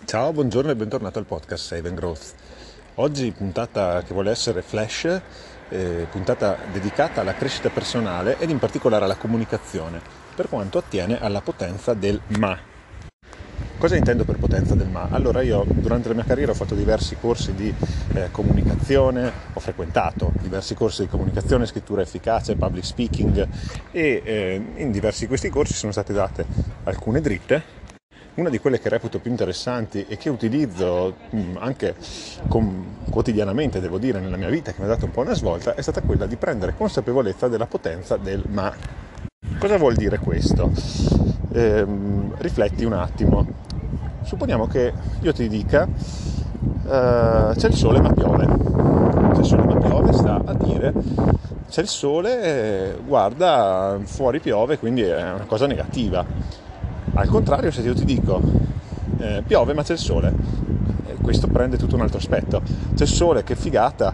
Ciao, buongiorno e bentornato al podcast Save and Growth. Oggi puntata che vuole essere flash, puntata dedicata alla crescita personale ed in particolare alla comunicazione, per quanto attiene alla potenza del ma. Cosa intendo per potenza del ma? Allora, io durante la mia carriera ho fatto diversi corsi di comunicazione, ho frequentato diversi corsi di comunicazione, scrittura efficace, public speaking e in diversi di questi corsi sono state date alcune dritte. Una di quelle che reputo più interessanti e che utilizzo anche quotidianamente, devo dire, nella mia vita, che mi ha dato un po' una svolta, è stata quella di prendere consapevolezza della potenza del ma. Cosa vuol dire questo? Rifletti un attimo. Supponiamo che io ti dica c'è il sole ma piove. C'è il sole ma piove sta a dire c'è il sole, guarda, fuori piove, quindi è una cosa negativa. Al contrario, se io ti dico piove ma c'è il sole, questo prende tutto un altro aspetto. C'è il sole, che figata,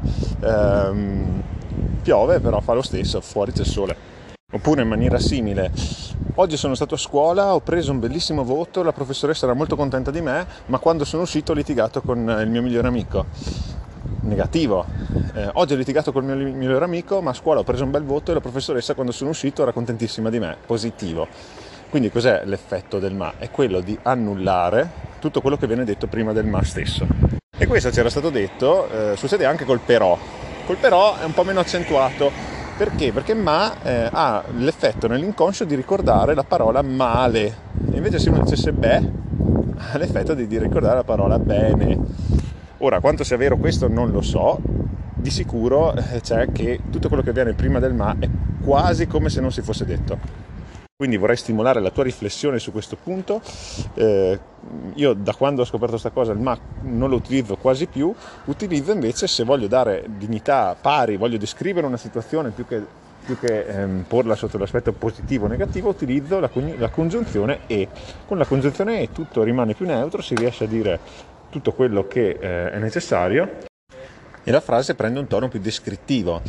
piove però fa lo stesso, fuori c'è il sole. Oppure in maniera simile, oggi sono stato a scuola, ho preso un bellissimo voto, la professoressa era molto contenta di me, ma quando sono uscito ho litigato con il mio migliore amico. Negativo. Oggi ho litigato con il mio migliore amico, ma a scuola ho preso un bel voto e la professoressa quando sono uscito era contentissima di me. Positivo. Quindi cos'è l'effetto del ma? È quello di annullare tutto quello che viene detto prima del ma stesso. E questo c'era stato detto, succede anche col però. Col però è un po' meno accentuato. Perché? Perché ma ha l'effetto nell'inconscio di ricordare la parola male. E invece se uno dicesse beh, ha l'effetto di ricordare la parola bene. Ora, quanto sia vero questo non lo so. Di sicuro c'è che tutto quello che viene prima del ma è quasi come se non si fosse detto. Quindi vorrei stimolare la tua riflessione su questo punto. Io da quando ho scoperto questa cosa il ma non lo utilizzo quasi più, utilizzo invece, se voglio dare dignità pari, voglio descrivere una situazione più che porla sotto l'aspetto positivo o negativo, utilizzo la congiunzione e. Con la congiunzione e tutto rimane più neutro, si riesce a dire tutto quello che è necessario e la frase prende un tono più descrittivo.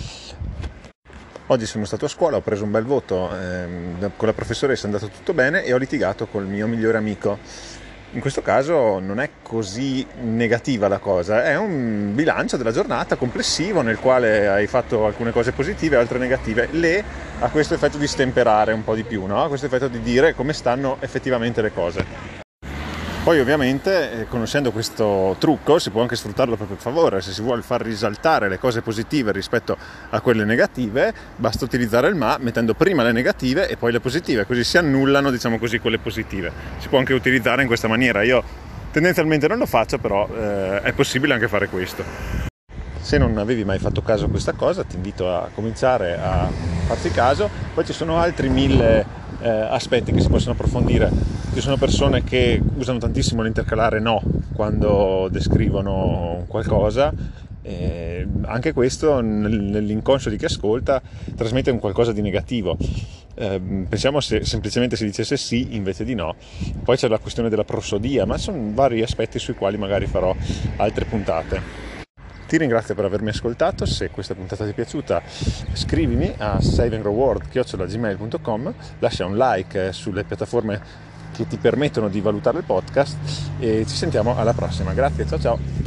Oggi sono stato a scuola, ho preso un bel voto, con la professoressa è andato tutto bene e ho litigato col mio migliore amico. In questo caso non è così negativa la cosa, è un bilancio della giornata complessivo nel quale hai fatto alcune cose positive e altre negative. Le ha questo effetto di stemperare un po' di più, no? Questo effetto di dire come stanno effettivamente le cose. Poi ovviamente, conoscendo questo trucco, si può anche sfruttarlo a proprio favore. Se si vuole far risaltare le cose positive rispetto a quelle negative, basta utilizzare il ma mettendo prima le negative e poi le positive, così si annullano, diciamo così, quelle positive. Si può anche utilizzare in questa maniera. Io tendenzialmente non lo faccio, però è possibile anche fare questo. Se non avevi mai fatto caso a questa cosa, ti invito a cominciare a farci caso. Poi ci sono altri 1000 aspetti che si possono approfondire. Ci sono persone che usano tantissimo l'intercalare no quando descrivono qualcosa. Anche questo nell'inconscio di chi ascolta trasmette un qualcosa di negativo. Pensiamo se semplicemente si dicesse sì invece di no. Poi c'è la questione della prosodia, ma sono vari aspetti sui quali magari farò altre puntate. Ti ringrazio per avermi ascoltato. Se questa puntata ti è piaciuta, scrivimi a saveandgrowworld@gmail.com, lascia un like sulle piattaforme che ti permettono di valutare il podcast e ci sentiamo alla prossima. Grazie, ciao ciao.